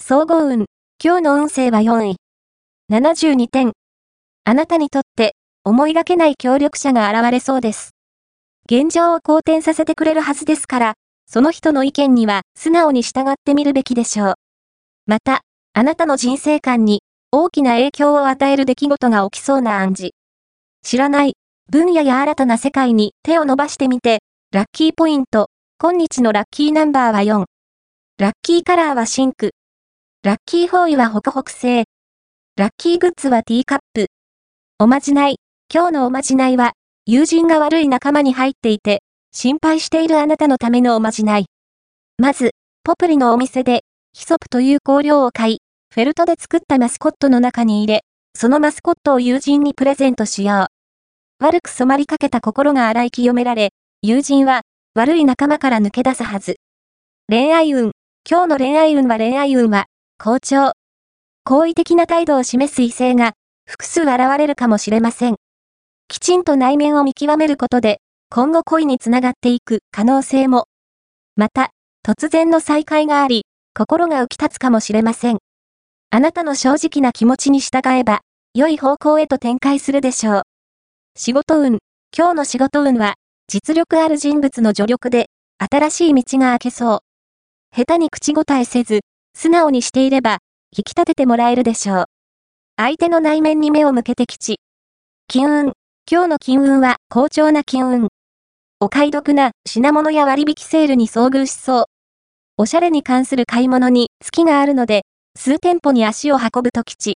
総合運。今日の運勢は4位。72点。あなたにとって思いがけない協力者が現れそうです。現状を好転させてくれるはずですから、その人の意見には素直に従ってみるべきでしょう。また、あなたの人生観に大きな影響を与える出来事が起きそうな暗示。知らない分野や新たな世界に手を伸ばしてみて、ラッキーポイント。今日のラッキーナンバーは4。ラッキーカラーはシンク。ラッキーフォーイはホクホク製。ラッキーグッズはティーカップ。おまじない。今日のおまじないは、友人が悪い仲間に入っていて、心配しているあなたのためのおまじない。まず、ポプリのお店で、ヒソプという香料を買い、フェルトで作ったマスコットの中に入れ、そのマスコットを友人にプレゼントしよう。悪く染まりかけた心が洗い清められ、友人は、悪い仲間から抜け出すはず。恋愛運。今日の恋愛運は、好調。好意的な態度を示す異性が、複数現れるかもしれません。きちんと内面を見極めることで、今後恋につながっていく可能性も。また、突然の再会があり、心が浮き立つかもしれません。あなたの正直な気持ちに従えば、良い方向へと展開するでしょう。仕事運。今日の仕事運は、実力ある人物の助力で、新しい道が開けそう。下手に口答えせず、素直にしていれば、引き立ててもらえるでしょう。相手の内面に目を向けて吉。金運。今日の金運は好調な金運。お買い得な品物や割引セールに遭遇しそう。おしゃれに関する買い物に月があるので、数店舗に足を運ぶと吉。